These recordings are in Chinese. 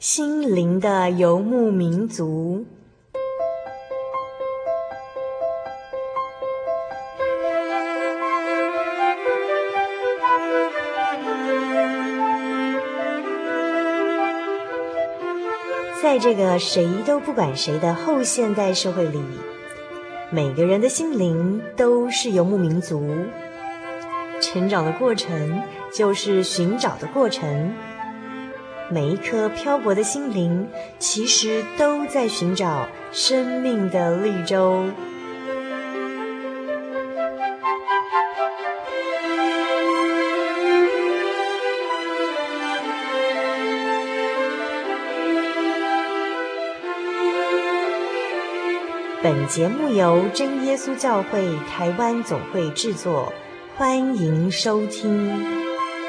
心灵的游牧民族。在这个谁都不管谁的后现代社会里，每个人的心灵都是游牧民族。成长的过程就是寻找的过程，每一颗漂泊的心灵其实都在寻找生命的绿洲。本节目由真耶稣教会台湾总会制作，欢迎收听。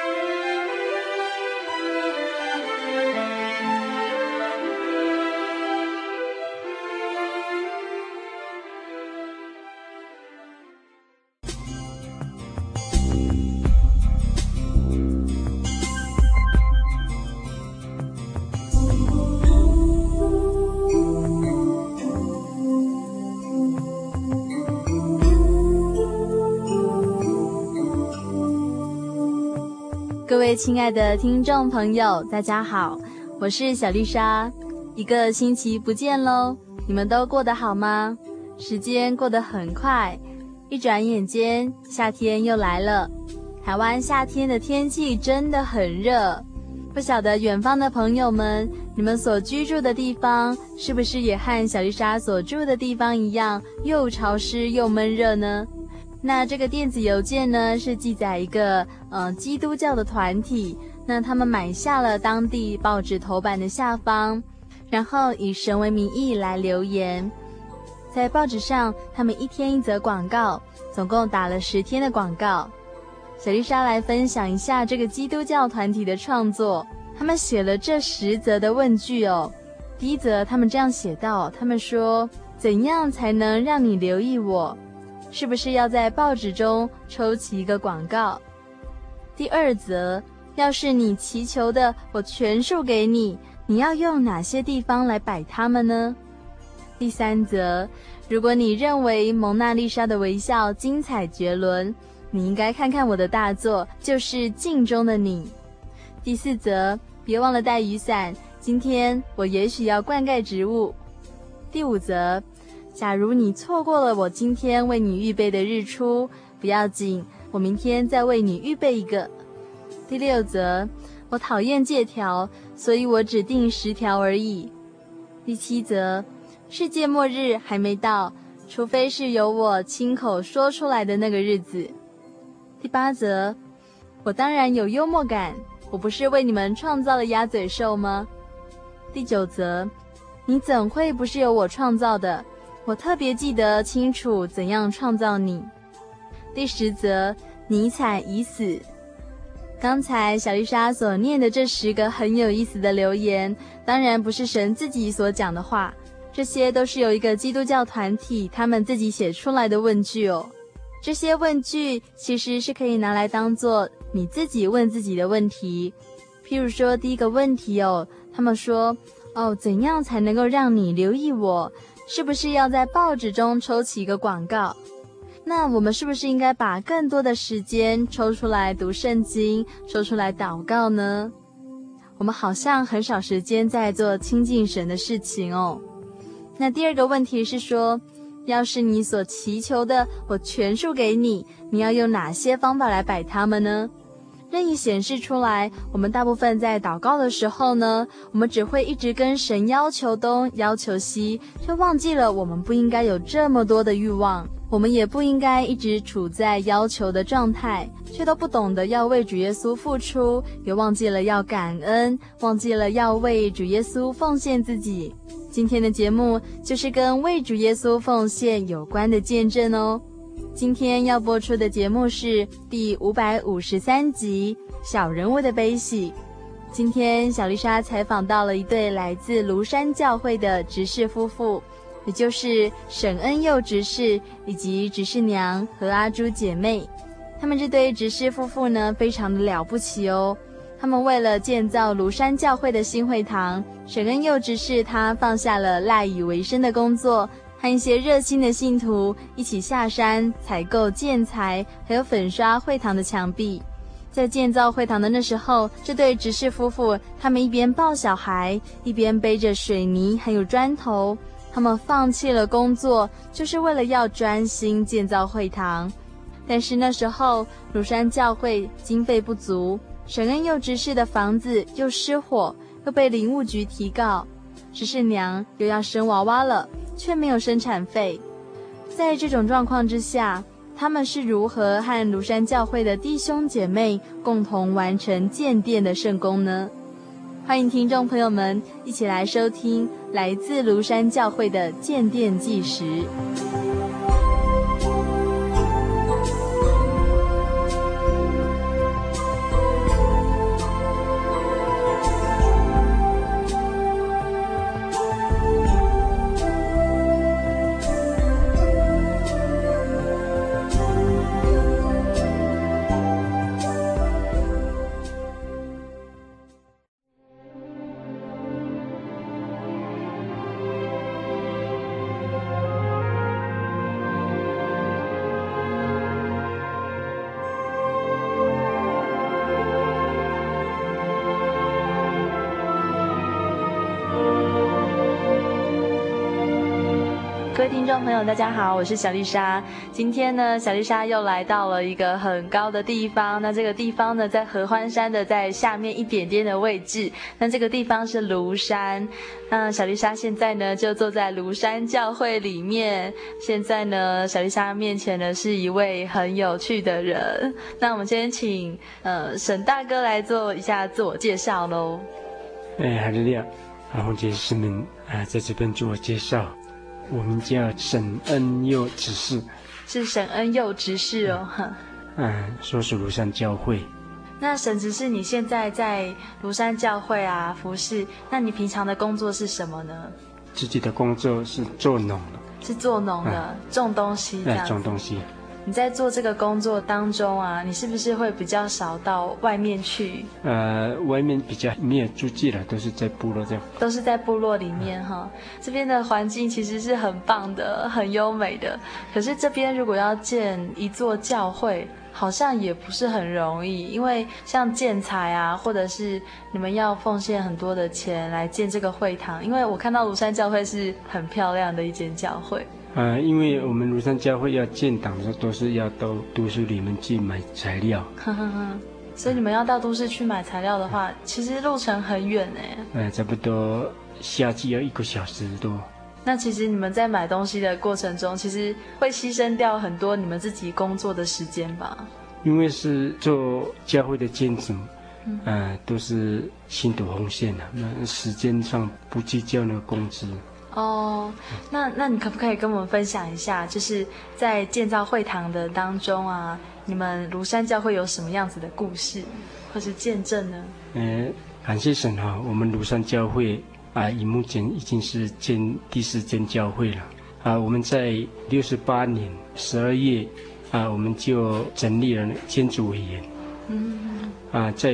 各位亲爱的听众朋友，大家好，我是小丽莎。一个星期不见咯，你们都过得好吗？时间过得很快，一转眼间夏天又来了。台湾夏天的天气真的很热，不晓得远方的朋友们，你们所居住的地方是不是也和小丽莎所住的地方一样，又潮湿又闷热呢？那这个电子邮件呢，是记载一个基督教的团体，那他们买下了当地报纸头版的下方，然后以神为名义来留言。在报纸上，他们一天一则广告，总共打了10天的广告。小丽莎来分享一下这个基督教团体的创作。他们写了这10则的问句哦。第一则他们这样写道，他们说：怎样才能让你留意我？是不是要在报纸中抽起一个广告？第二则，要是你祈求的我全数给你，你要用哪些地方来摆它们呢？第三则，如果你认为蒙娜丽莎的微笑精彩绝伦，你应该看看我的大作，就是镜中的你。第四则，别忘了带雨伞，今天我也许要灌溉植物。第五则，假如你错过了我今天为你预备的日出，不要紧，我明天再为你预备一个。第六则，我讨厌借条，所以我只定10条而已。第七则，世界末日还没到，除非是由我亲口说出来的那个日子。第八则，我当然有幽默感，我不是为你们创造了鸭嘴兽吗？第九则，你怎会不是由我创造的？我特别记得清楚怎样创造你。第10则，你惨已死。刚才小丽莎所念的这10个很有意思的留言，当然不是神自己所讲的话，这些都是由一个基督教团体他们自己写出来的问句哦。这些问句其实是可以拿来当做你自己问自己的问题。譬如说第一个问题哦，他们说怎样才能够让你留意我？是不是要在报纸中抽起一个广告？那我们是不是应该把更多的时间抽出来读圣经，抽出来祷告呢？我们好像很少时间在做亲近神的事情哦。那第二个问题是说，要是你所祈求的我全数给你，你要用哪些方法来摆它们呢？任意显示出来，我们大部分在祷告的时候呢，我们只会一直跟神要求东要求西，却忘记了我们不应该有这么多的欲望，我们也不应该一直处在要求的状态，却都不懂得要为主耶稣付出，也忘记了要感恩，忘记了要为主耶稣奉献自己。今天的节目就是跟为主耶稣奉献有关的见证哦。今天要播出的节目是第553集《小人物的悲喜》。今天小丽莎采访到了一对来自庐山教会的执事夫妇，也就是沈恩佑执事以及执事娘何阿珠姐妹。他们这对执事夫妇呢，非常的了不起哦。 他们为了建造庐山教会的新会堂，沈恩佑执事他放下了赖以为生的工作，和一些热心的信徒一起下山采购建材，还有粉刷会堂的墙壁。在建造会堂的那时候，这对执事夫妇他们一边抱小孩，一边背着水泥还有砖头，他们放弃了工作，就是为了要专心建造会堂。但是那时候庐山教会经费不足，沈恩佑执事的房子又失火，又被林务局提告，执事娘又要生娃娃了，却没有生产费。在这种状况之下，他们是如何和庐山教会的弟兄姐妹共同完成建殿的圣工呢？欢迎听众朋友们一起来收听来自庐山教会的建殿纪实。各位听众朋友大家好，我是小丽莎。今天呢，小丽莎又来到了一个很高的地方，那这个地方呢在合欢山的在下面一点点的位置，那这个地方是庐山。那小丽莎现在呢就坐在庐山教会里面，现在呢小丽莎面前呢是一位很有趣的人。那我们先请沈大哥来做一下自我介绍咯。 哈利路亚，红姐师们在这边自我介绍，我们叫沈恩佑执事。 是沈恩佑执事哦。 所属庐山教会。 那沈执事，你现在在庐山教会服事，那你平常的工作是什么呢？ 自己的工作是做农的。 是做农的，种东西这样。 种东西。 你在做这个工作当中你是不是会比较少到外面去？ 外面比较没有住迹了，都是在部落这样。 都是在部落里面这边的环境其实是很棒的，很优美的。可是这边如果要建一座教会，好像也不是很容易，因为像建材或者是你们要奉献很多的钱来建这个会堂。因为我看到庐山教会是很漂亮的一间教会。 因为我们庐山教会要建堂的时候，都是要到都市里面去买材料。 所以你们要到都市去买材料的话，其实路程很远差不多下去要1个小时多。 那其实你们在买东西的过程中，其实会牺牲掉很多你们自己工作的时间吧？因为是做教会的建筑，都是信徒奉献的，那时间上不计较那个工资。 那你可不可以跟我们分享一下，就是在建造会堂的当中你们庐山教会有什么样子的故事或是见证呢？ 感谢神我们庐山教会目前已经是建第4间教会了我们在68年12月我们就成立了建筑委员。在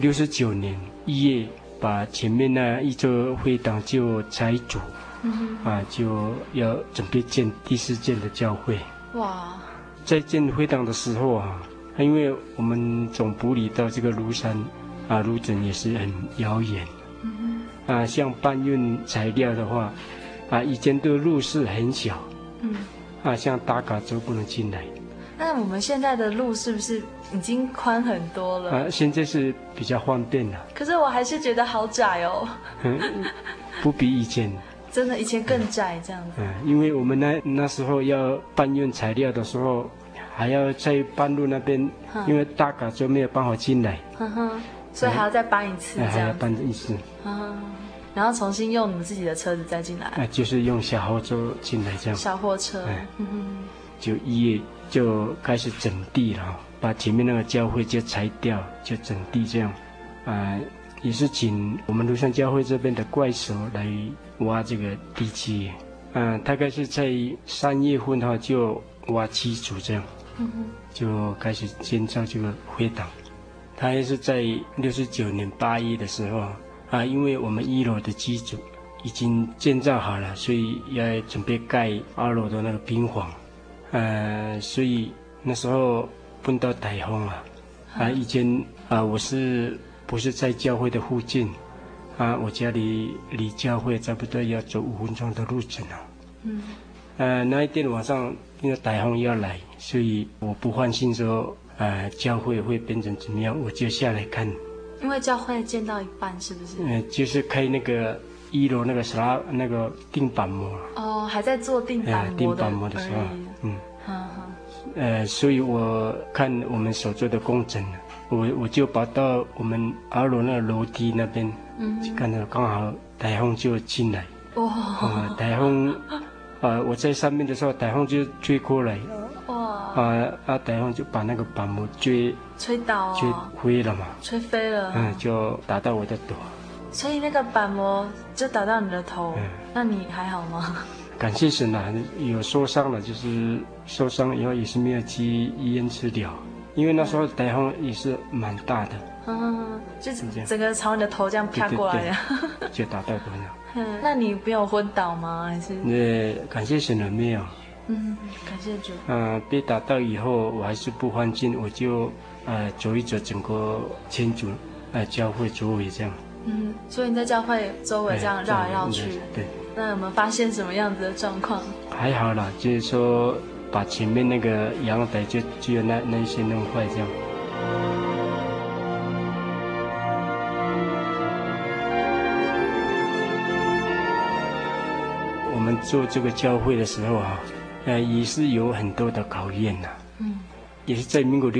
69年1月把前面那一座会堂就拆除。就要准备建第4间的教会。哇！在建会堂的时候因为我们总部里到这个庐山路程也是很遥远。像搬运材料的话以前的路是很小。像大卡车不能进来。 那我们现在的路是不是已经宽很多了？ 现在是比较方便了。 可是我还是觉得好窄哦。 不比以前。 真的以前更窄这样子。 因为我们那时候要搬运材料的时候，还要在半路那边，因为大卡车没有办法进来。 所以还要再搬一次这样。 还要搬一次。 然后重新用你们自己的车子再进来。 就是用小货车进来这样。 小货车。 就1月就开始整地了，把前面那个教会就拆掉，就整地这样。也是请我们庐山教会这边的怪手来挖这个地基。大概是在3月份就挖基础这样。就开始建造这个会堂。 他也是在69年8月的时候啊，因为我们1楼的机组已经建造好了，所以要准备盖2楼的那个病房，所以那时候碰到台风以前我不是在教会的附近我家里离教会差不多要走5分钟的路程那一天晚上因为台风要来，所以我不放心说教会会变成怎么样，我就下来看。 因为教会建到一半，是不是？ 就是开那个1楼那个钉板模还在做钉板模的时候，所以我看我们所做的工程，我就跑到我们2楼那个楼梯那边，就看到刚好台风就进来，台风我在上面的时候，台风就吹过来，台风就把那个板模吹飞了嘛， 吹飞了， 就打到我的头， 所以那个板模就打到你的头，那你还好吗？ 感谢神有受伤了，就是受伤以后也是没有去医院治疗，因为那时候台风也是蛮大的， 就整个朝你的头这样啪过来的， 就打到头了。 那你没有昏倒吗？还是？ 感谢神了，没有。 感谢主。 被打到以后，我还是不放心，我就走一走整个天主教会周围这样。 所以你在教会周围这样绕来绕去。 对。 那有没有发现什么样子的状况？ 还好啦，就是说把前面那个阳台就只有那一些弄坏这样。我们做这个教会的时候也是有很多的考验也是在民国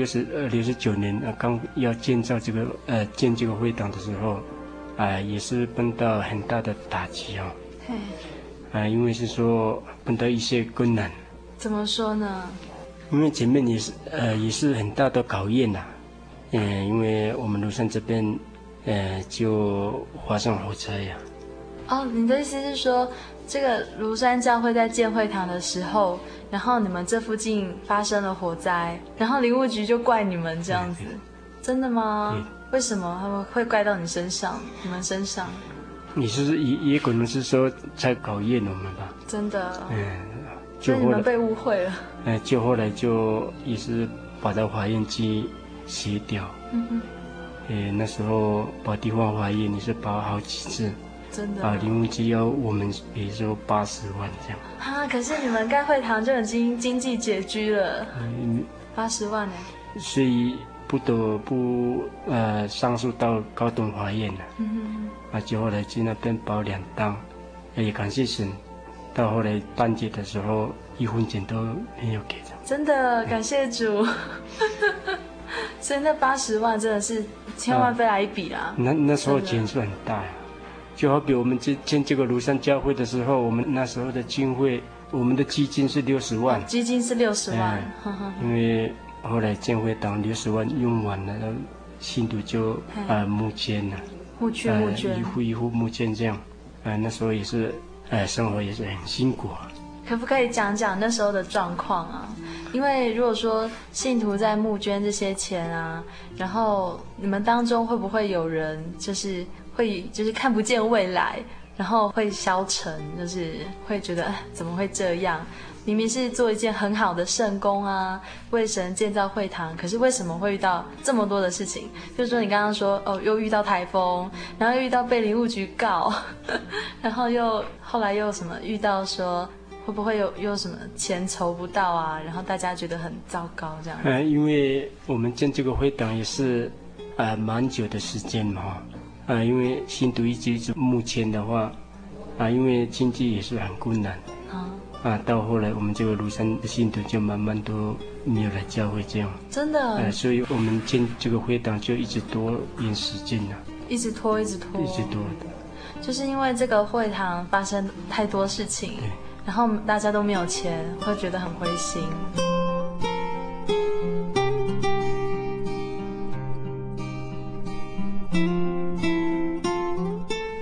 69年刚要建造这个建这个会堂的时候也是碰到很大的打击因为是说碰到一些困难。 怎么说呢？ 因为前面也是很大的考验因为我们庐山这边就发生火灾你的意思是说这个庐山教会在建会堂的时候，然后你们这附近发生了火灾，然后林务局就怪你们这样子，真的吗？为什么他们会怪到你身上？你们身上？ 你是也可能是说在考验我们吧？ 真的。所以你们被误会了。 就后来就也是跑到法院去协调。那时候跑地方法院也是跑好几次。 真的。 林务局要我们比如说80万这样。 可是你们盖会堂就已经经济拮据了。80万呢？ 所以不得不上诉到高等法院了。就后来去那边保2档，也感谢神。到后来办结的时候，1分钱都没有给的。 真的感谢主。所以那80万真的是千万飞来一笔啦。 那时候钱是很大就好比我们建这个庐山教会的时候，我们那时候的经费，我们的基金是60万。 基金是60万。 因为后来建会堂60万用完了，信徒就募捐了。 募捐。 一户募捐这样。那时候也是生活也是很辛苦可不可以讲讲那时候的状况因为如果说信徒在募捐这些钱然后你们当中会不会有人就是看不见未来，然后会消沉，就是会觉得怎么会这样？明明是做一件很好的圣工为神建造会堂，可是为什么会遇到这么多的事情？就是说你刚刚说又遇到台风，然后又遇到被林务局告，然后后来又什么遇到说会不会有什么钱筹不到然后大家觉得很糟糕这样。 因为我们建这个会堂也是蛮久的时间嘛因为信徒一直募钱的话因为经济也是很困难到后来我们这个庐山的信徒就慢慢都没有来教会这样。 真的所以我们建这个会堂就一直拖延时间一直拖就是因为这个会堂发生太多事情，然后大家都没有钱，会觉得很灰心。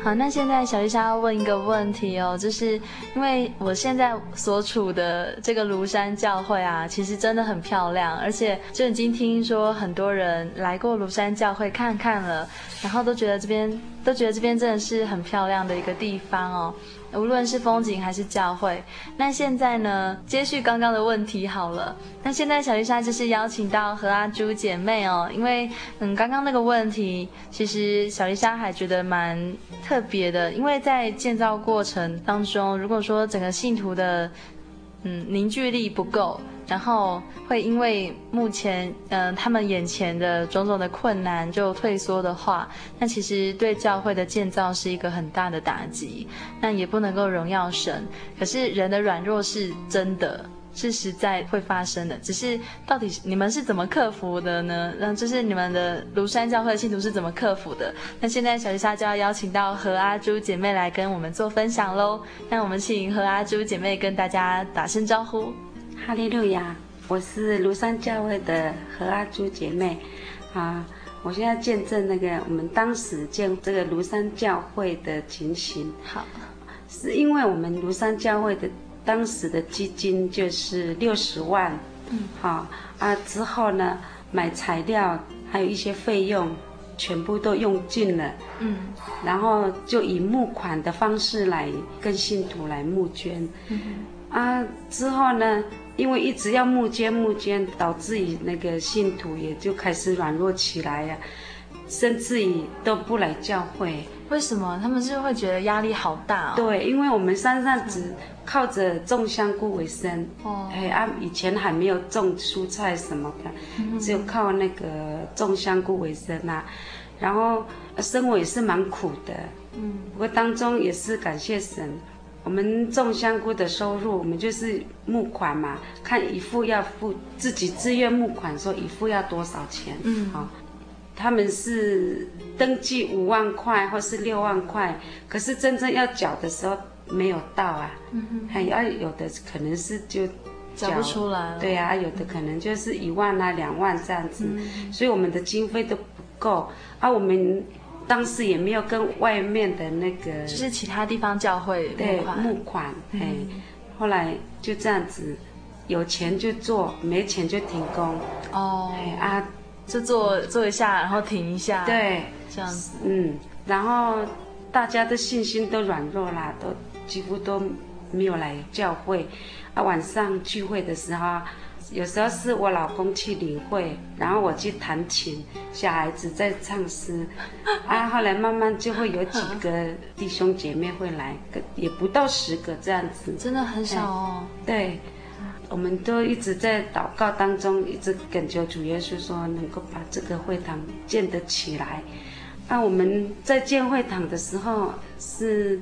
好，那现在小丽莎要问一个问题哦，就是因为我现在所处的这个庐山教会啊，其实真的很漂亮，而且就已经听说很多人来过庐山教会看看了，然后都觉得这边真的是很漂亮的一个地方哦。无论是风景还是教会。那现在呢，接续刚刚的问题好了。那现在小丽莎就是邀请到何阿珠姐妹哦，因为刚刚那个问题，其实小丽莎还觉得蛮特别的，因为在建造过程当中，如果说整个信徒的凝聚力不够，然后会因为目前他们眼前的种种的困难就退缩的话，那其实对教会的建造是一个很大的打击，那也不能够荣耀神。可是人的软弱是真的，是实在会发生的，只是到底你们是怎么克服的呢？就是你们的庐山教会的信徒是怎么克服的？那现在小丽莎就要邀请到何阿珠姐妹来跟我们做分享咯。那我们请何阿珠姐妹跟大家打声招呼。 哈利路亚，我是庐山教会的何阿珠姐妹啊。我现在见证那个我们当时建这个庐山教会的情形。 好， 是因为我们庐山教会的当时的基金就是60万，好之后呢，买材料还有一些费用全部都用尽了，然后就以募款的方式来跟信徒来募捐，之后呢，因为一直要募捐，导致于那个信徒也就开始软弱起来呀，甚至于都不来教会。 为什么？他们是会觉得压力好大哦。 对，因为我们山上只靠着种香菇为生，以前还没有种蔬菜什么的，只有靠那个种香菇为生啊。然后生活也是蛮苦的，不过当中也是感谢神。我们种香菇的收入，我们就是募款嘛，看一户要付，自己自愿募款，说一户要多少钱，他们是登记5万块或是6万块，可是真正要缴的时候没有到啊，有的可能是就缴不出来了， 对啊，有的可能就是1万啊2万这样子，所以我们的经费都不够我们当时也没有跟外面的那个就是其他地方教会募款，后来就这样子，有钱就做，没钱就停工就做一下，然后停一下， 对， 这样子， 然后大家的信心都软弱啦，都几乎都没有来教会，晚上聚会的时候，有时候是我老公去领会，然后我去弹琴，小孩子在唱诗，后来慢慢就会有几个弟兄姐妹会来，也不到10个这样子， 真的很少哦。 对。我们都一直在祷告当中，一直恳求主耶稣说，能够把这个会堂建得起来。我们在建会堂的时候是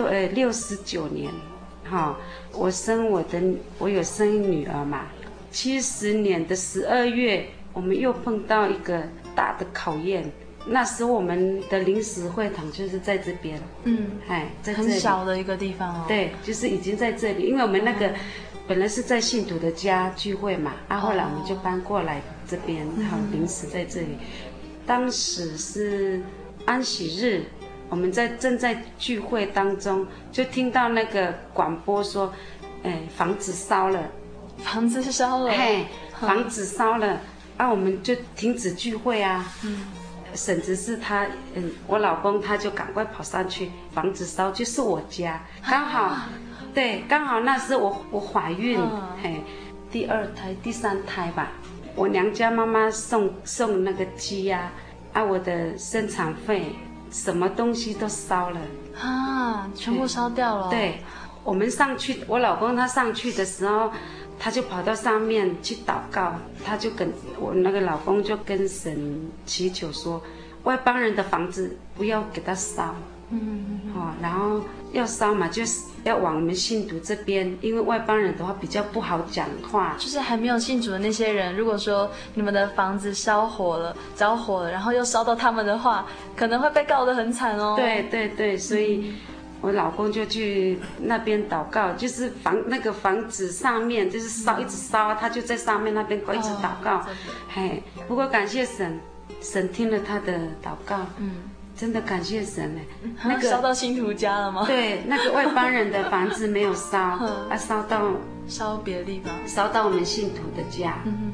69年，我有生女儿嘛。70年的12月，我们又碰到一个大的考验。那时候我们的临时会堂就是在这边，在这里很小的一个地方哦。 对，就是已经在这里，因为我们那个。本来是在信徒的家聚会嘛，后来我们就搬过来这边，临时在这里。当时是安息日，我们正在聚会当中，就听到那个广播说，房子烧了， 房子烧了， 房子烧了，我们就停止聚会啊。婶子是他，我老公他就赶快跑上去，房子烧就是我家，刚好。对，刚好那是我怀孕，第2胎、第3胎吧。我娘家妈妈送那个鸡啊，我的生产费，什么东西都烧了全部烧掉了。 对，我们上去，我老公他上去的时候，他就跑到上面去祷告，他就跟我那个老公就跟神祈求说，外邦人的房子不要给他烧。然后要烧嘛，就是要往我们信徒这边，因为外邦人的话比较不好讲话。 就是还没有信主的那些人，如果说你们的房子着火了，然后又烧到他们的话，可能会被告得很惨哦。 对，所以我老公就去那边祷告，就是那个房子上面就是烧，一直烧，他就在上面那边一直祷告。不过感谢神，神听了他的祷告。 真的感谢神哎，那个烧到信徒家了吗？ 对，那个外邦人的房子没有烧， 烧别的地方， 烧到我们信徒的家。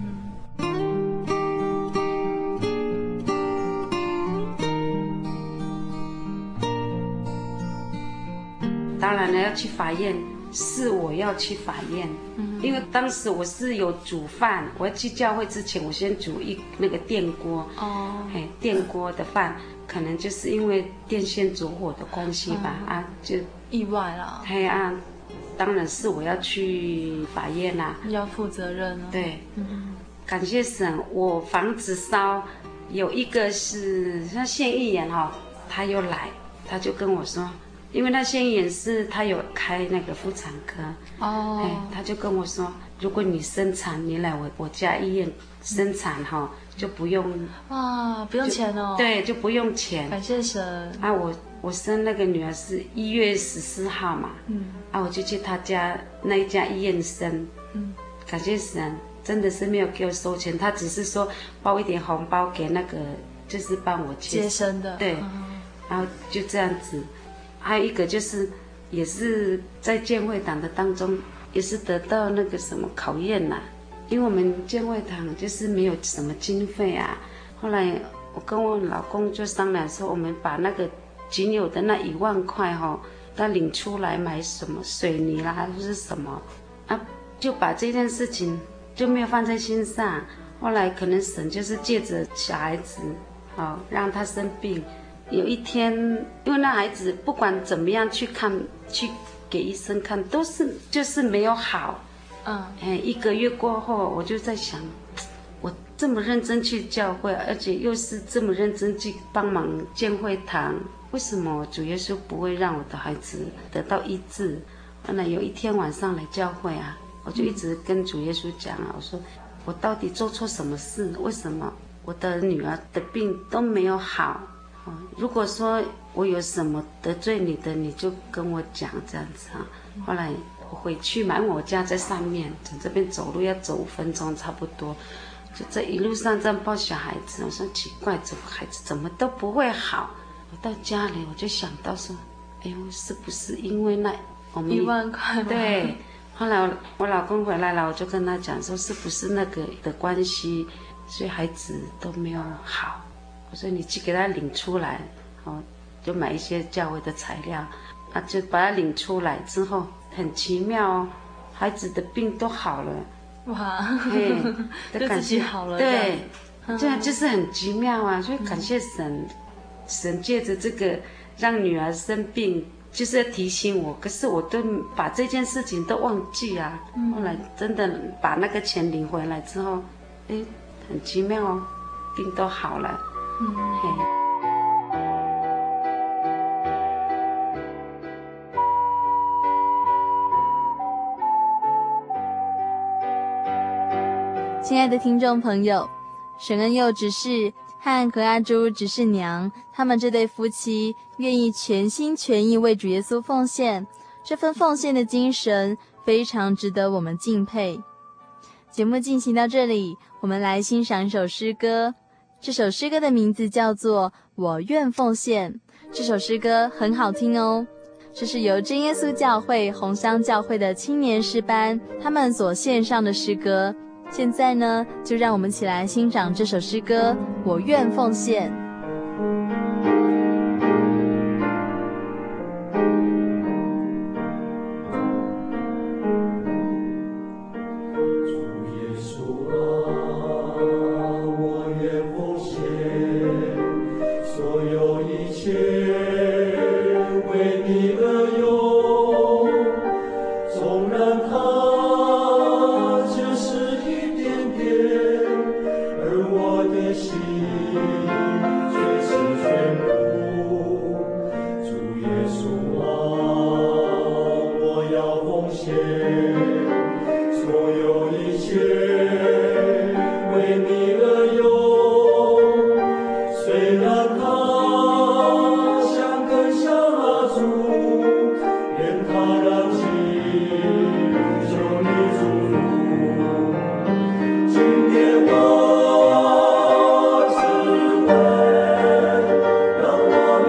当然了，要去法院，是我要去法院，因为当时我是有煮饭，我要去教会之前，我先煮那个电锅，电锅的饭，可能就是因为电线着火的关系吧，就意外了。 当然是我要去法院啦， 要负责任了。 对，感谢神，我房子烧，有一个是像县议员他又来，他就跟我说。因为那县议员是他有开那个妇产科，他就跟我说，如果你生产，你来我家医院生产就不用不用钱哦。 对，就不用钱。 感谢神我生那个女儿是1月14号嘛，我就去他家那一家医院生，感谢神，真的是没有给我收钱，他只是说包一点红包给那个就是帮我接生的， 对，然后就这样子。还有一个就是，也是在建会堂的当中，也是得到那个什么考验啦。因为我们建会堂就是没有什么经费啊。后来我跟我老公就商量说，我们把那个仅有的那1万块他领出来买什么水泥啦，还是什么就把这件事情就没有放在心上。后来可能神就是借着小孩子，让他生病。有一天，因为那孩子不管怎么样去给医生看，都是就是没有好。1个月过后，我就在想，我这么认真去教会，而且又是这么认真去帮忙建会堂，为什么主耶稣不会让我的孩子得到医治？后来有一天晚上来教会我就一直跟主耶稣讲我说我到底做错什么事？为什么我的女儿的病都没有好？如果说我有什么得罪你的，你就跟我讲这样子后来我回去嘛，因为我家在上面，从这边走路要走5分钟差不多，就在一路上这样抱小孩子。我说奇怪，这孩子怎么都不会好？我到家里我就想到说，是不是因为我们 1万块？ 对。后来我老公回来了，我就跟他讲说，是不是那个的关系，所以孩子都没有好。我说你去给他领出来，就买一些教会的材料，就把他领出来之后，很奇妙孩子的病都好了。 哇， 就自己好了。 对，这样就是很奇妙所以感谢神，神借着这个让女儿生病，就是要提醒我，可是我都把这件事情都忘记后来真的把那个钱领回来之后，很奇妙病都好了。 亲爱的听众朋友，沈恩佑执事和何阿珠执事娘，他们这对夫妻愿意全心全意为主耶稣奉献，这份奉献的精神非常值得我们敬佩。节目进行到这里，我们来欣赏一首诗歌。这首诗歌的名字叫做《我愿奉献》，这首诗歌很好听哦。这是由真耶稣教会红乡教会的青年诗班他们所献上的诗歌。现在呢，就让我们一起来欣赏这首诗歌《我愿奉献》。 我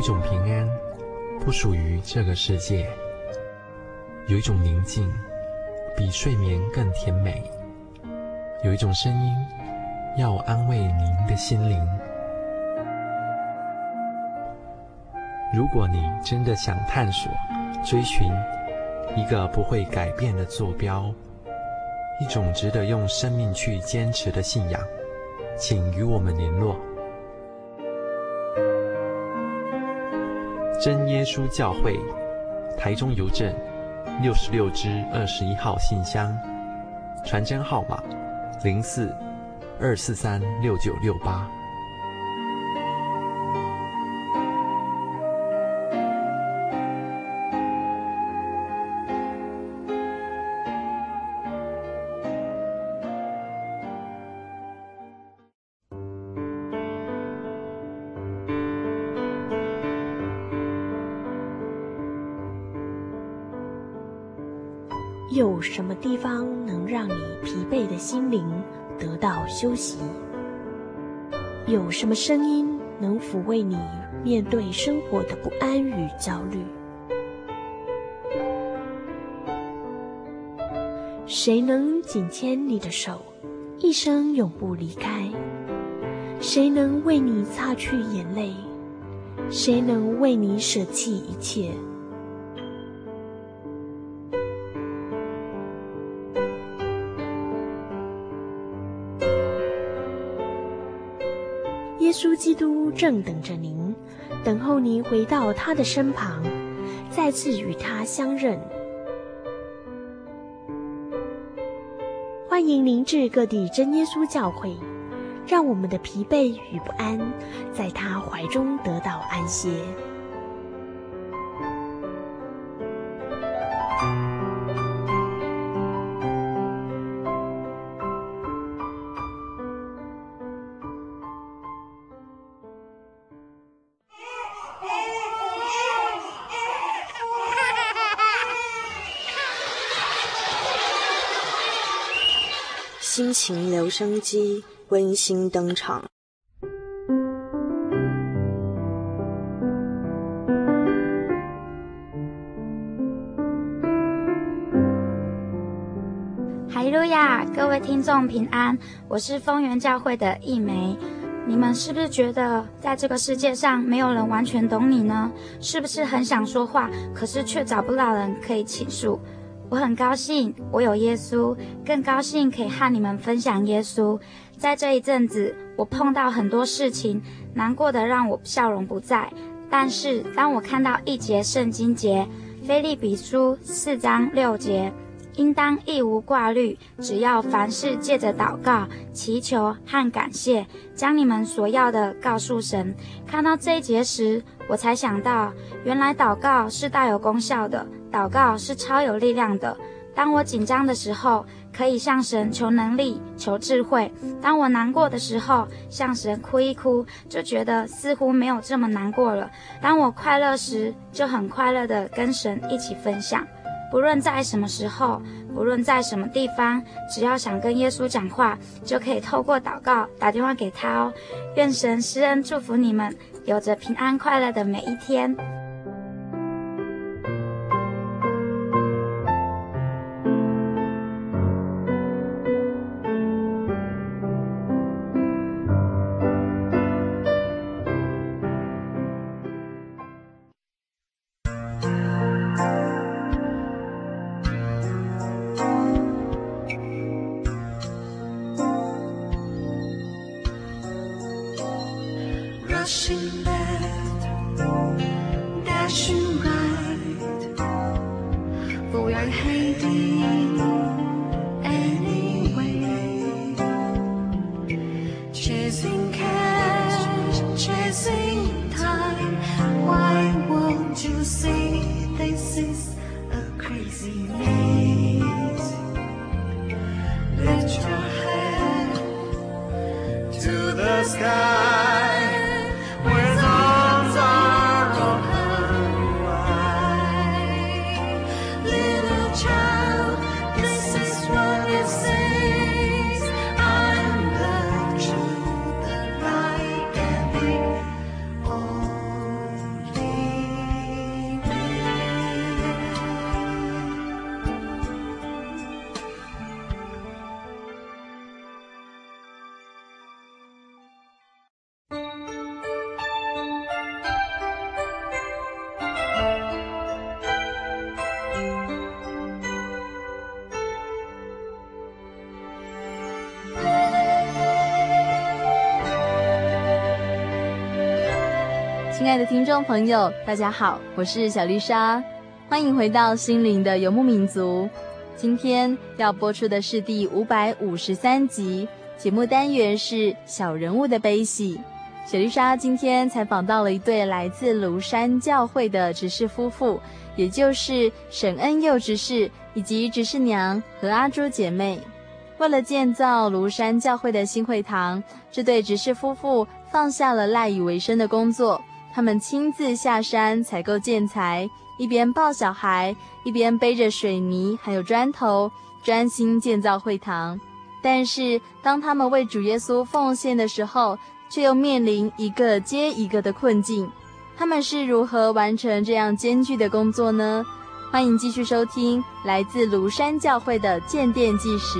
种平安不属于这个世界，有一种宁静比睡眠更甜美，有一种声音要安慰您的心灵。如果你真的想探索追寻一个不会改变的坐标，一种值得用生命去坚持的信仰，请与我们联络。真耶稣教会，台中邮政66支21号信箱，传真号码04-243-6968。 有什么地方能让你疲惫的心灵得到休息？有什么声音能抚慰你面对生活的不安与焦虑？谁能紧牵你的手，一生永不离开？谁能为你擦去眼泪？谁能为你舍弃一切？耶稣基督正等着您，等候您回到他的身旁，再次与他相认。欢迎您至各地真耶稣教会，让我们的疲惫与不安在他怀中得到安歇。 心情留声机温馨登场。 哈利路亚，各位听众平安，我是丰原教会的一梅。你们是不是觉得在这个世界上没有人完全懂你呢？是不是很想说话，可是却找不到人可以倾诉？我很高兴我有耶稣，更高兴可以和你们分享耶稣。在这一阵子，我碰到很多事情，难过的让我笑容不在。但是当我看到一节圣经节，腓立比书4章6节，应当一无挂虑，只要凡事借着祷告、祈求和感谢，将你们所要的告诉神。看到这一节时，我才想到，原来祷告是大有功效的，祷告是超有力量的。当我紧张的时候，可以向神求能力、求智慧；当我难过的时候，向神哭一哭，就觉得似乎没有这么难过了。当我快乐时，就很快乐地跟神一起分享。不论在什么时候，不论在什么地方，只要想跟耶稣讲话，就可以透过祷告打电话给他哦。愿神施恩祝福你们，有着平安快乐的每一天。 Rushing left, dashing right, but we're heading anyway. Chasing cash, chasing time. Why won't you see this is a crazy maze? Lift your head to the sky.Little child 亲爱的听众朋友，大家好，我是小丽莎，欢迎回到心灵的游牧民族。今天要播出的是第553集，节目单元是小人物的悲喜。小丽莎今天采访到了一对来自庐山教会的执事夫妇，也就是沈恩佑执事以及执事娘何阿珠姐妹。为了建造庐山教会的新会堂，这对执事夫妇放下了赖以为生的工作，他们亲自下山采购建材，一边抱小孩，一边背着水泥还有砖头，专心建造会堂。但是当他们为主耶稣奉献的时候，却又面临一个接一个的困境。他们是如何完成这样艰巨的工作呢？欢迎继续收听来自庐山教会的建殿纪实。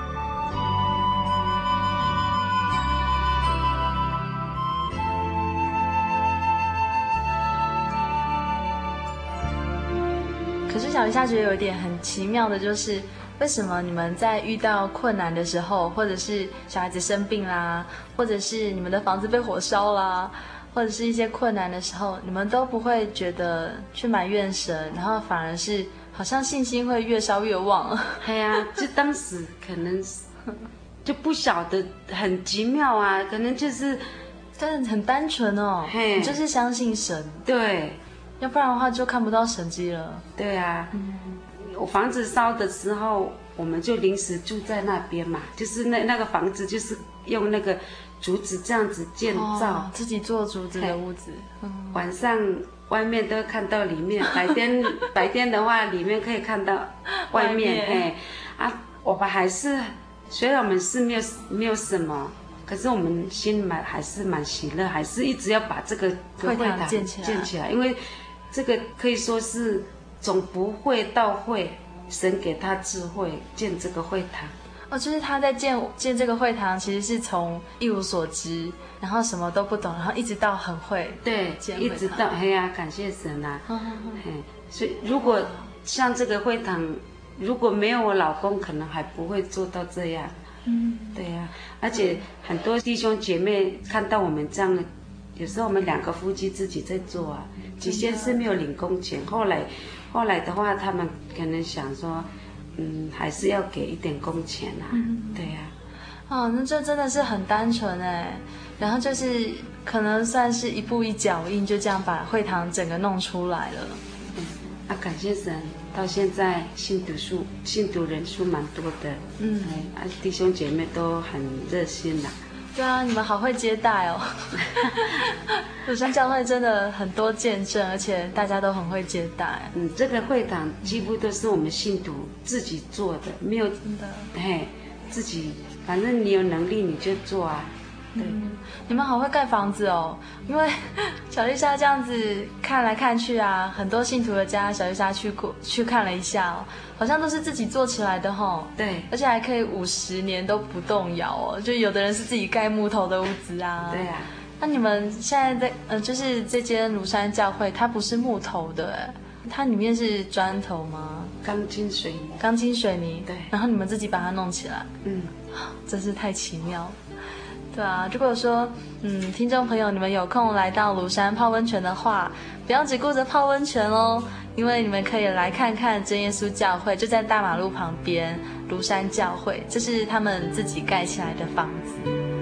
可是小丽莎觉得有一点很奇妙的，就是为什么你们在遇到困难的时候，或者是小孩子生病啦，或者是你们的房子被火烧啦，或者是一些困难的时候，你们都不会觉得去埋怨神，然后反而是好像信心会越烧越旺。 对啊，就当时可能就不晓得，很奇妙啊，可能就是真的很单纯哦，你就是相信神。 对， 要不然的话就看不到神迹了。 对啊，我房子烧的时候，我们就临时住在那边嘛，就是那个房子就是用那个竹子这样子建造， 自己做竹子的屋子。 晚上外面都看到里面，白天的话里面可以看到外面。我们还是虽然我们是没有什么，可是我们心还是蛮喜乐，还是一直要把这个会堂建起来，因为这个可以说是从不会到会，神给他智慧建这个会堂。 就是他在建这个会堂，其实是从一无所知，然后什么都不懂，然后一直到很会。 对，一直到感谢神啊。所以如果像这个会堂，如果没有我老公，可能还不会做到这样。对呀，而且很多弟兄姐妹看到我们这样的，有时候我们2个夫妻自己在做啊，起先是没有领工钱，后来的话，他们可能想说，还是要给一点工钱啊。对呀。 那这真的是很单纯哎，然后就是可能算是一步一脚印，就这样把会堂整个弄出来了。 感谢神，到现在信徒人数蛮多的。弟兄姐妹都很热心啦。 对啊，你们好会接待哦。庐山教会真的很多见证，而且大家都很会接待。 这个会堂几乎都是我们信徒自己做的，没有真的。 自己反正你有能力你就做啊。对， 你们好会盖房子哦，因为小丽莎这样子看来看去啊，很多信徒的家，小丽莎去看了一下哦，好像都是自己做起来的吼。 对， 而且还可以50年都不动摇哦，就有的人是自己盖木头的屋子啊。 对啊。 那你们现在就是这间庐山教会，它不是木头的哎，它里面是砖头吗？ 钢筋水泥。对。 然后你们自己把它弄起来。真是太奇妙了。对啊，如果说听众朋友你们有空来到庐山泡温泉的话，不要只顾着泡温泉哦，因为你们可以来看看真耶稣教会，就在大马路旁边，庐山教会，这是他们自己盖起来的房子。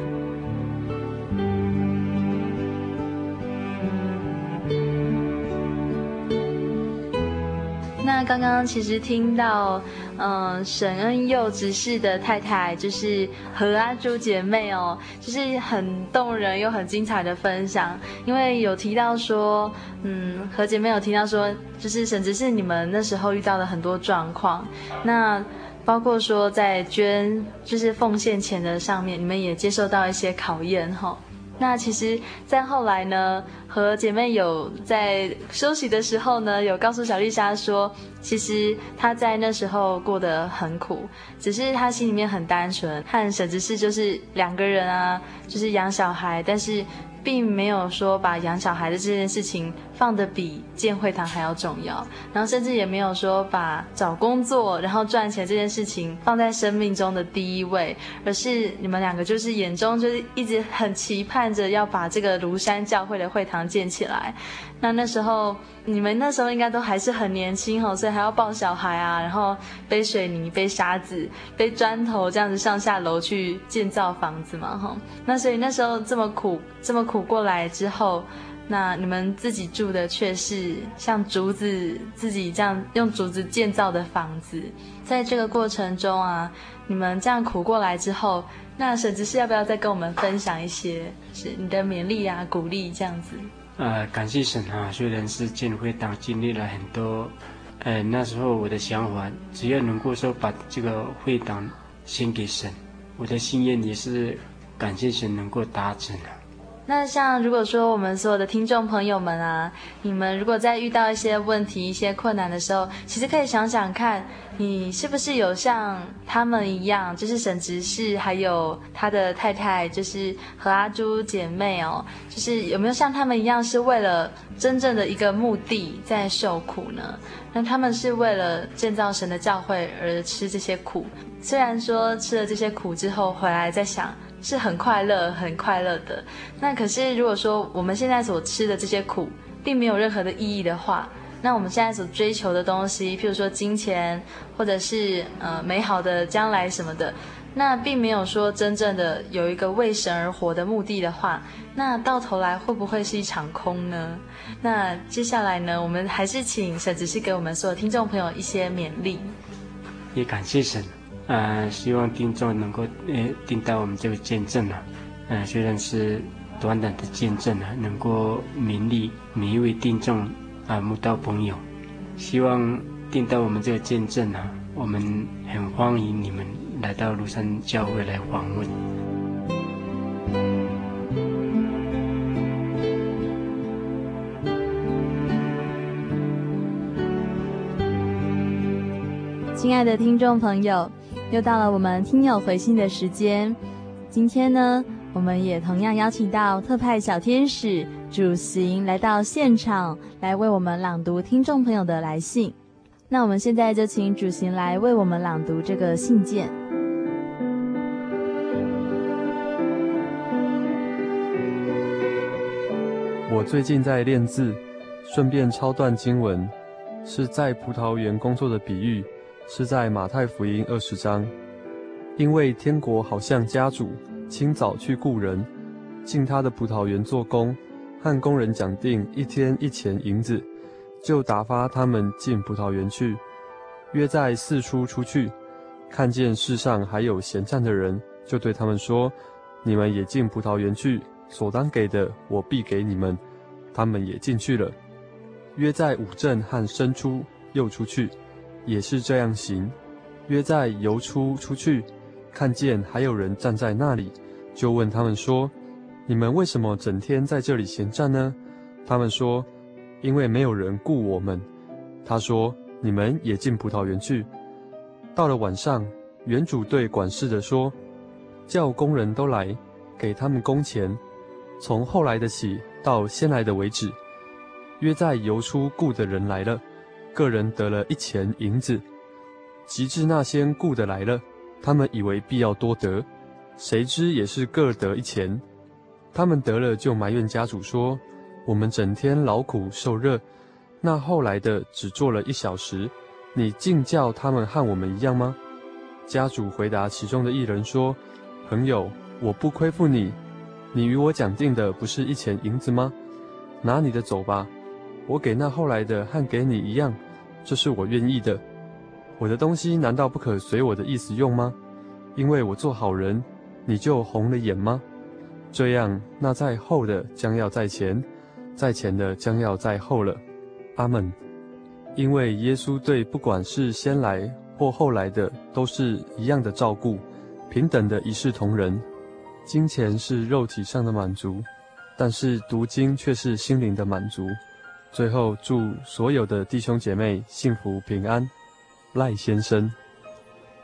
那刚刚其实听到沈恩佑执事的太太就是何阿珠姐妹哦，就是很动人又很精彩的分享。因为有提到说何姐妹有提到说，就是沈执事你们那时候遇到了很多状况，那包括说在捐就是奉献钱的上面，你们也接受到一些考验齁。那其实在后来呢，何姐妹有在休息的时候呢，有告诉小丽莎说，其实她在那时候过得很苦，只是她心里面很单纯，和沈执事就是2个人啊，就是养小孩，但是并没有说把养小孩的这件事情放得比建会堂还要重要，然后甚至也没有说把找工作然后赚钱这件事情放在生命中的第一位，而是你们两个就是眼中就是一直很期盼着要把这个庐山教会的会堂建起来。那时候你们那时候应该都还是很年轻所以还要抱小孩啊，然后背水泥、背沙子、背砖头这样子上下楼去建造房子嘛那所以那时候这么苦过来之后，那你们自己住的却是像竹子自己这样用竹子建造的房子。在这个过程中啊，你们这样苦过来之后，那沈执事要不要再跟我们分享一些是你的勉励啊、鼓励这样子？ 感谢神虽然是建会堂经历了很多，那时候我的想法，只要能够说把这个会堂献给神，我的心愿也是感谢神能够达成那像如果说我们所有的听众朋友们啊，你们如果在遇到一些问题、一些困难的时候，其实可以想想看，你是不是有像他们一样，就是沈执事还有他的太太，就是何阿珠姐妹就是有没有像他们一样，是为了真正的一个目的在受苦呢？那他们是为了建造神的教会而吃这些苦，虽然说吃了这些苦之后回来再想是很快乐的，那可是如果说我们现在所吃的这些苦并没有任何的意义的话，那我们现在所追求的东西，譬如说金钱或者是美好的将来什么的，那并没有说真正的有一个为神而活的目的的话，那到头来会不会是一场空呢？那接下来呢，我们还是请沈执事给我们所有听众朋友一些勉励。 也感谢神希望听众能够听到我们这个见证虽然是短短的见证能够勉励每一位听众慕道朋友。希望听到我们这个见证我们很欢迎你们来到庐山教会来访问。 亲爱的听众朋友，又到了我们听友回信的时间。今天呢，我们也同样邀请到特派小天使主行来到现场，来为我们朗读听众朋友的来信。那我们现在就请主行来为我们朗读这个信件。 我最近在练字，顺便抄段经文，是在葡萄园工作的比喻，是在马太福音20章。因为天国好像家主清早去雇人，进他的葡萄园做工，和工人讲定1天1钱银子，就打发他们进葡萄园去。约在4出出去，看见世上还有闲站的人，就对他们说：你们也进葡萄园去，所当给的我必给你们。他们也进去了。约在5正和申出又出去，也是这样行。约在游出出去，看见还有人站在那里，就问他们说：你们为什么整天在这里闲站呢？他们说：因为没有人雇我们。他说：你们也进葡萄园去。到了晚上，园主对管事的说：叫工人都来，给他们工钱，从后来的起到先来的为止。约在游出雇的人来了，个人得了1钱银子。及至那先雇的来了，他们以为必要多得，谁知也是各得1钱。他们得了就埋怨家主说：我们整天劳苦受热，那后来的只做了1小时，你竟叫他们和我们一样吗？家主回答其中的一人说：朋友，我不亏负你，你与我讲定的不是1钱银子吗？拿你的走吧，我给那后来的和给你一样，这是我愿意的。我的东西难道不可随我的意思用吗？因为我做好人，你就红了眼吗？这样，那在后的将要在前，在前的将要在后了。阿们。因为耶稣对不管是先来或后来的，都是一样的照顾，平等的一视同仁。金钱是肉体上的满足，但是读经却是心灵的满足。最后，祝所有的弟兄姐妹幸福平安。赖先生。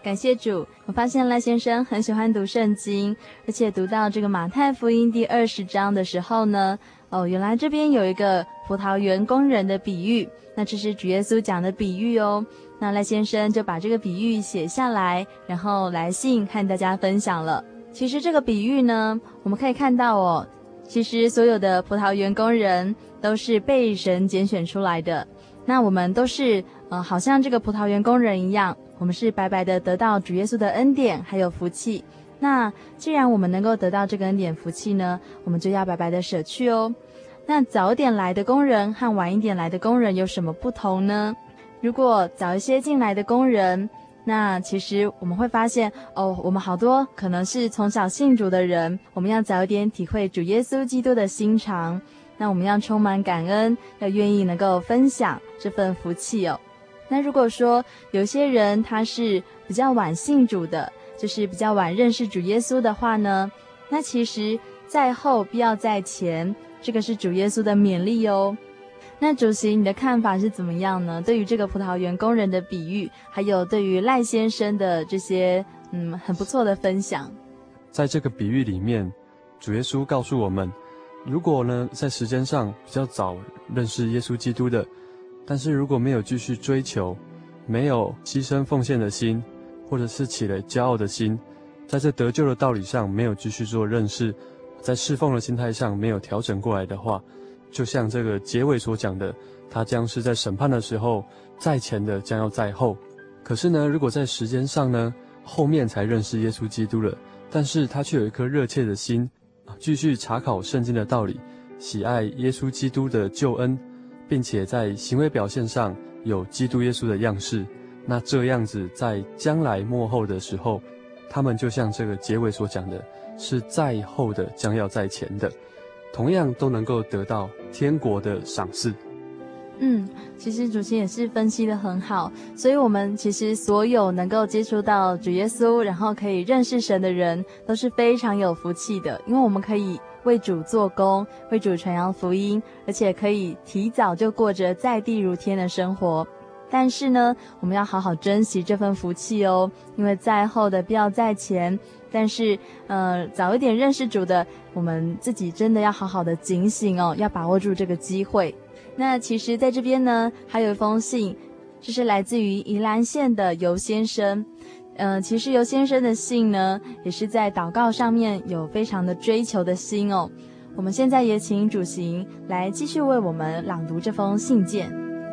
感谢主，我发现赖先生很喜欢读圣经，而且读到这个马太福音第20章的时候呢，原来这边有一个葡萄园工人的比喻，那这是主耶稣讲的比喻哦。那赖先生就把这个比喻写下来，然后来信和大家分享了。其实这个比喻呢，我们可以看到其实所有的葡萄园工人都是被神拣选出来的。那我们都是好像这个葡萄园工人一样，我们是白白的得到主耶稣的恩典还有福气。那既然我们能够得到这个恩典福气呢，我们就要白白的舍去哦。那早点来的工人和晚一点来的工人有什么不同呢？如果早一些进来的工人，那其实我们会发现我们好多可能是从小信主的人，我们要早一点体会主耶稣基督的心肠，那我们要充满感恩，要愿意能够分享这份福气哦。那如果说有些人他是比较晚信主的，就是比较晚认识主耶稣的话呢，那其实在后必要在前，这个是主耶稣的勉励哦。那主席你的看法是怎么样呢？对于这个葡萄园工人的比喻，还有对于赖先生的这些很不错的分享。 在这个比喻里面，主耶稣告诉我们，如果呢在时间上比较早认识耶稣基督的，但是如果没有继续追求，没有牺牲奉献的心，或者是起了骄傲的心，在这得救的道理上没有继续做认识，在侍奉的心态上没有调整过来的话，就像这个结尾所讲的，他将是在审判的时候在前的将要在后。可是呢，如果在时间上呢后面才认识耶稣基督了，但是他却有一颗热切的心，继续查考圣经的道理，喜爱耶稣基督的救恩，并且在行为表现上有基督耶稣的样式，那这样子在将来末后的时候，他们就像这个结尾所讲的，是在后的将要在前的，同样都能够得到天国的赏赐。 其实主席也是分析得很好，所以我们其实所有能够接触到主耶稣，然后可以认识神的人，都是非常有福气的，因为我们可以为主做工，为主传扬福音，而且可以提早就过着在地如天的生活。但是呢，我们要好好珍惜这份福气哦，因为在后的必要在前。但是早一点认识主的，我们自己真的要好好的警醒哦，要把握住这个机会。那其实在这边呢，还有一封信，这是来自于宜兰县的尤先生。其实尤先生的信呢，也是在祷告上面有非常的追求的心哦。我们现在也请主席来继续为我们朗读这封信件。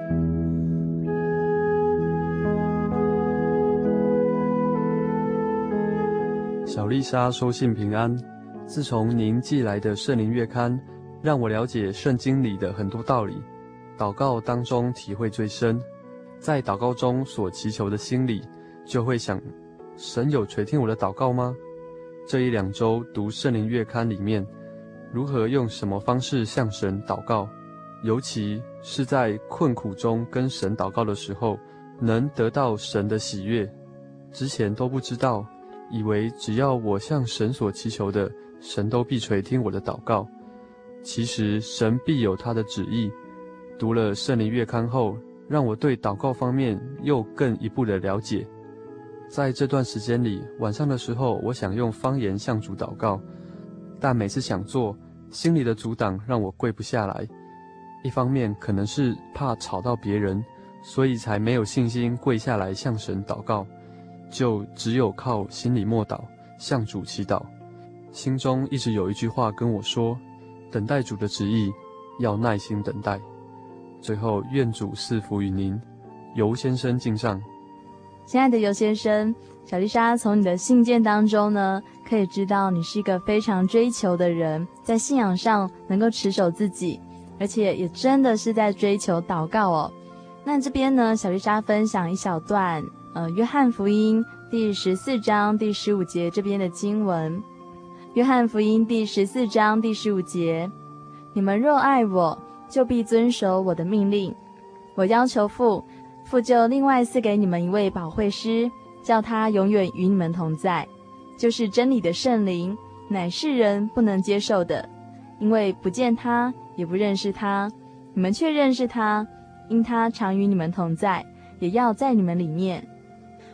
小丽莎收信平安。自从您寄来的圣灵月刊，让我了解圣经里的很多道理，祷告当中体会最深。在祷告中所祈求的心里，就会想，神有垂听我的祷告吗？这1-2周读圣灵月刊里面，如何用什么方式向神祷告，尤其是在困苦中跟神祷告的时候，能得到神的喜悦，之前都不知道，以为只要我向神所祈求的，神都必垂听我的祷告。其实神必有他的旨意。读了圣灵月刊后，让我对祷告方面又更一步的了解。在这段时间里，晚上的时候，我想用方言向主祷告，但每次想做，心里的阻挡让我跪不下来。一方面可能是怕吵到别人，所以才没有信心跪下来向神祷告，就只有靠心里默祷，向主祈祷。心中一直有一句话跟我说，等待主的旨意，要耐心等待。最后愿主赐福于您。尤先生敬上。 亲爱的尤先生，小丽莎从你的信件当中呢，可以知道你是一个非常追求的人，在信仰上能够持守自己，而且也真的是在追求祷告哦。那这边呢，小丽莎分享一小段约翰福音第14章第15节这边的经文。约翰福音第14章第15节，你们若爱我，就必遵守我的命令。我要求父，父就另外赐给你们一位保惠师，叫他永远与你们同在，就是真理的圣灵，乃世人不能接受的，因为不见他，也不认识他。你们却认识他，因他常与你们同在，也要在你们里面。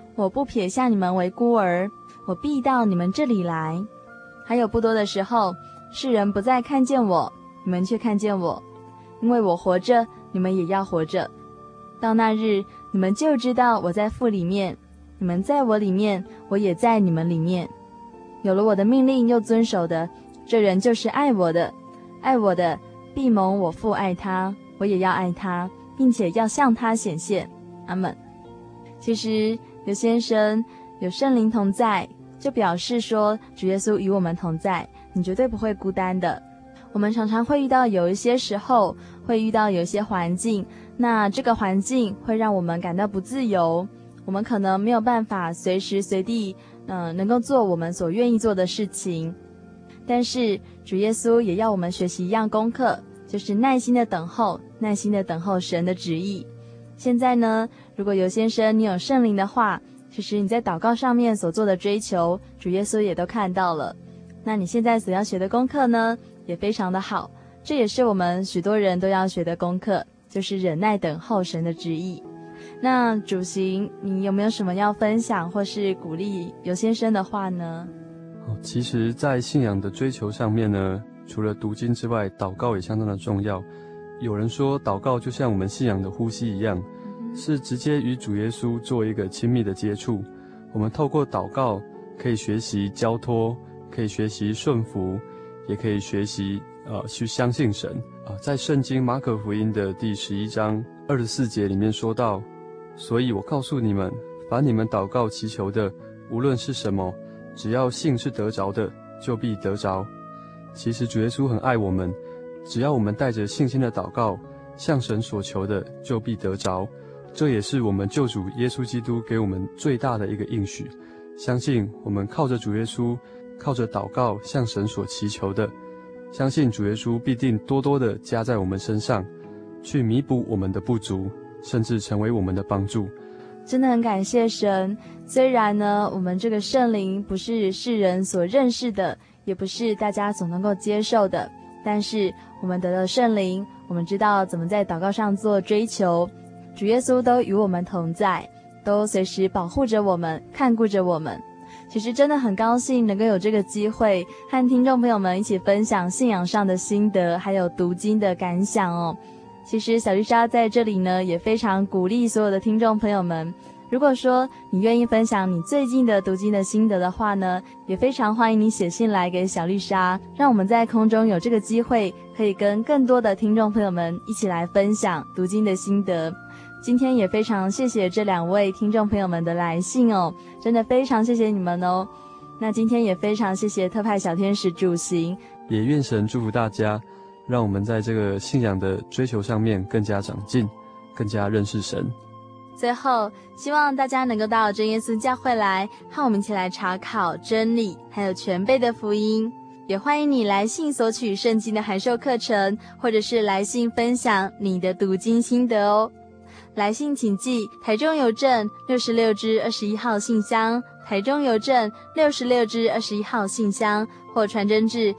我不撇下你们为孤儿，我必到你们这里来。还有不多的时候，世人不再看见我，你们却看见我，因为我活着，你们也要活着。到那日，你们就知道我在父里面，你们在我里面，我也在你们里面。有了我的命令又遵守的，这人就是爱我的。爱我的，必蒙我父爱他，我也要爱他，并且要向他显现。阿们。其实有先生有圣灵同在，就表示说主耶稣与我们同在，你绝对不会孤单的。我们常常会遇到有一些时候，会遇到有一些环境，那这个环境会让我们感到不自由，我们可能没有办法随时随地能够做我们所愿意做的事情。但是主耶稣也要我们学习一样功课，就是耐心的等候，耐心的等候神的旨意。现在呢，如果有先生你有圣灵的话，其实你在祷告上面所做的追求，主耶稣也都看到了。那你现在所要学的功课呢，也非常的好，这也是我们许多人都要学的功课，就是忍耐等候神的旨意。那主行，你有没有什么要分享或是鼓励有先生的话呢？ 其实在信仰的追求上面呢，除了读经之外，祷告也相当的重要。有人说祷告就像我们信仰的呼吸一样，是直接与主耶稣做一个亲密的接触。我们透过祷告可以学习交托，可以学习顺服，也可以学习去相信神。在圣经马可福音的第11章24节里面说到，所以我告诉你们，凡你们祷告祈求的，无论是什么，只要信是得着的，就必得着。其实主耶稣很爱我们，只要我们带着信心的祷告，向神所求的，就必得着。这也是我们救主耶稣基督给我们最大的一个应许。相信我们靠着主耶稣，靠着祷告向神所祈求的，相信主耶稣必定多多的加在我们身上，去弥补我们的不足，甚至成为我们的帮助。 真的很感谢神，虽然呢，我们这个圣灵不是世人所认识的，也不是大家所能够接受的，但是我们得了圣灵，我们知道怎么在祷告上做追求，主耶稣都与我们同在，都随时保护着我们，看顾着我们。其实真的很高兴能够有这个机会和听众朋友们一起分享信仰上的心得，还有读经的感想哦。其实小丽莎在这里呢，也非常鼓励所有的听众朋友们，如果说你愿意分享你最近的读经的心得的话呢，也非常欢迎你写信来给小丽莎，让我们在空中有这个机会，可以跟更多的听众朋友们一起来分享读经的心得。今天也非常谢谢这2位听众朋友们的来信哦，真的非常谢谢你们哦。那今天也非常谢谢特派小天使主行， 也愿神祝福大家，让我们在这个信仰的追求上面更加长进，更加认识神。 最后希望大家能够到真耶稣教会来，和我们一起来查考真理还有全备的福音。也欢迎你来信索取圣经的函授课程，或者是来信分享你的读经心得哦。来信请寄台中邮政66支21号信箱，台中邮政66支21号信箱，或传真至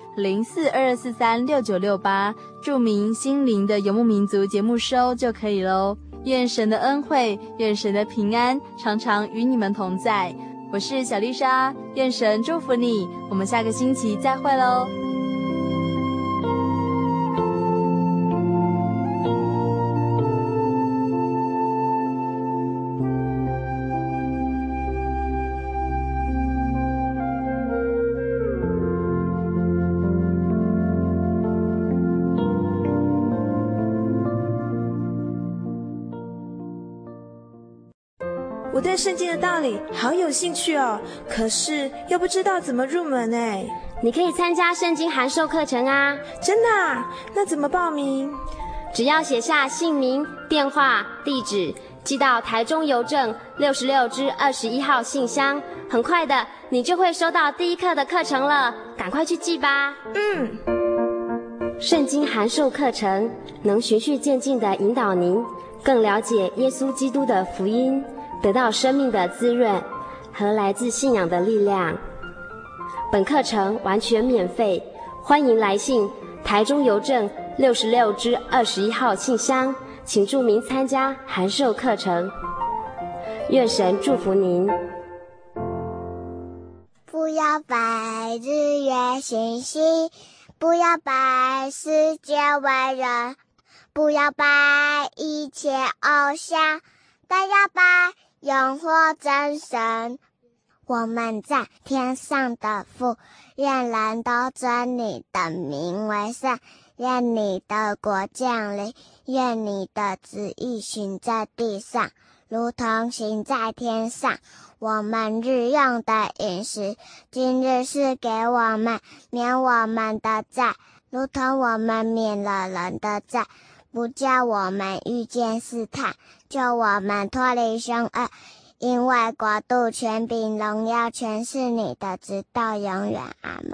0422436968，注明心灵的游牧民族节目收就可以咯。愿神的恩惠，愿神的平安常常与你们同在。我是小丽莎，愿神祝福你，我们下个星期再会咯。 我对圣经的道理好有兴趣哦，可是又不知道怎么入门哎。 你可以参加圣经函授课程啊。 真的啊？那怎么报名？ 只要写下姓名、电话、地址，寄到台中邮政66支21号信箱，很快的你就会收到第一课的课程了，赶快去寄吧。圣经函授课程能循序渐进地引导您更了解耶稣基督的福音，得到生命的滋润和来自信仰的力量。本课程完全免费，欢迎来信台中邮政66支21号信箱，请注明参加函授课程。 愿神祝福您。 不要拜日月星星，不要拜世界伟人，不要拜一切偶像，但要拜永活真神。我们在天上的父，愿人都尊你的名为圣，愿你的国降临，愿你的旨意行在地上，如同行在天上。我们日用的饮食，今日是给我们，免我们的债，如同我们免了人的债，不叫我们遇见试探，救我们脱离凶恶。因为国度、权柄、荣耀全是你的，直到永远。阿们。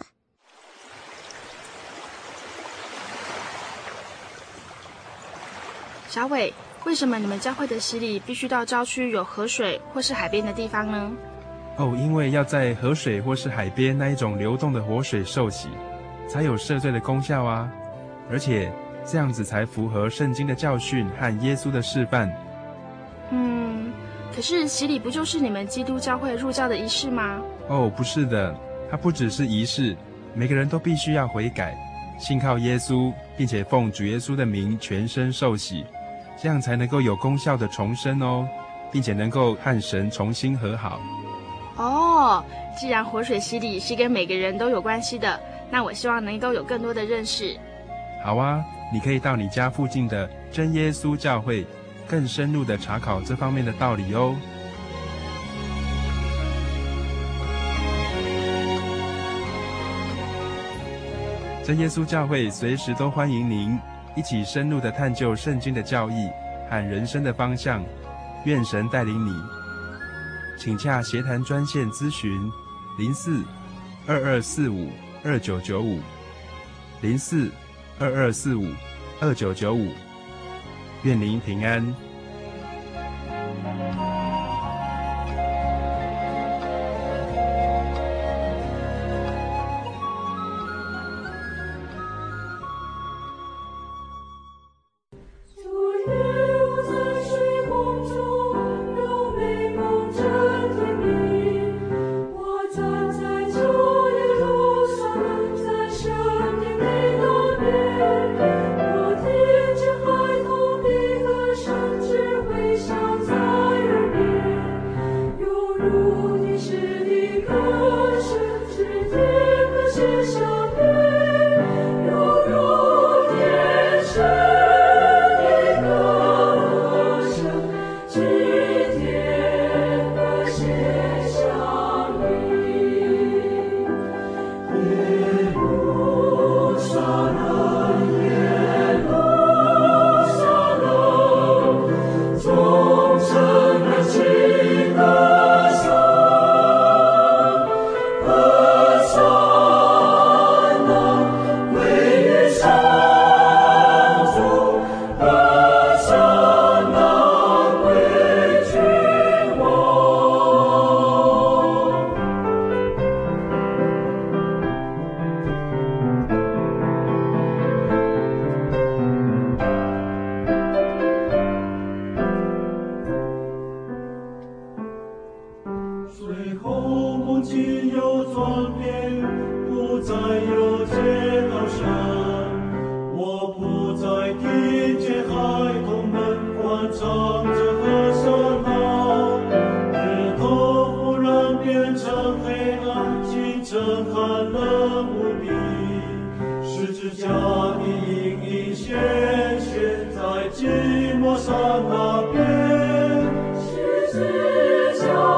小伟，为什么你们教会的洗礼必须到郊区有河水或是海边的地方呢？ 因为要在河水或是海边那一种流动的活水受洗，才有赦罪的功效啊！而且这样子才符合圣经的教训和耶稣的示范。 可是洗礼不就是你们基督教会入教的仪式吗？ 不是的，它不只是仪式，每个人都必须要悔改，信靠耶稣，并且奉主耶稣的名全身受洗，这样才能够有功效的重生哦，并且能够和神重新和好。 既然活水洗礼是跟每个人都有关系的，那我希望能够有更多的认识。 好啊，你可以到你家附近的真耶稣教会更深入的查考这方面的道理哦。真耶稣教会随时都欢迎您一起深入的探究圣经的教义和人生的方向，愿神带领你。请洽协谈专线咨询04-2245-2995 04-2245-2995。愿您平安。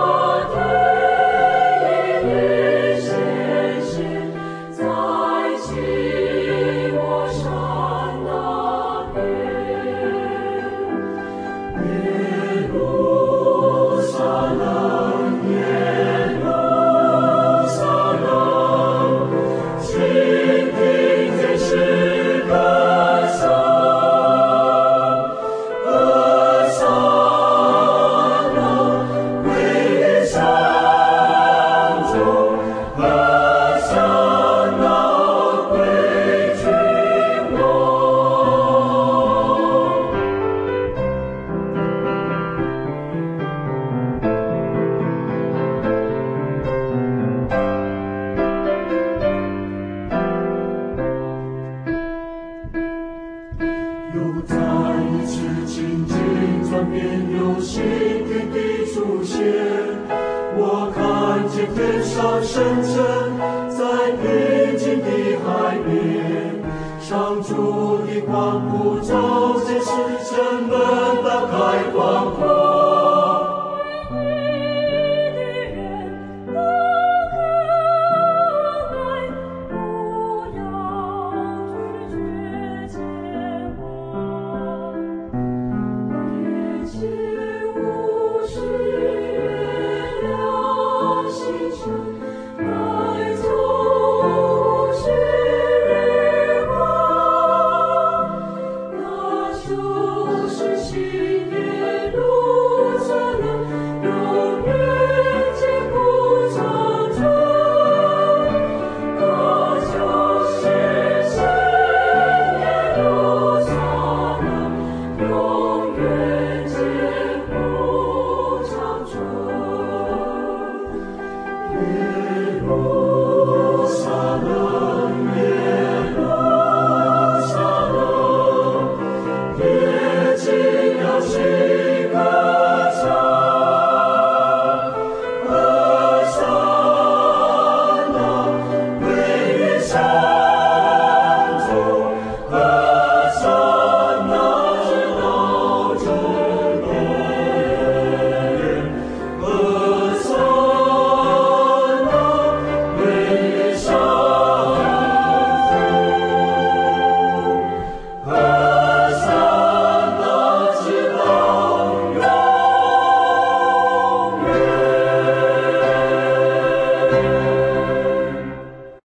在前。 出现。我看见天上圣城在平静的海边，上主的光幕照见，使城门打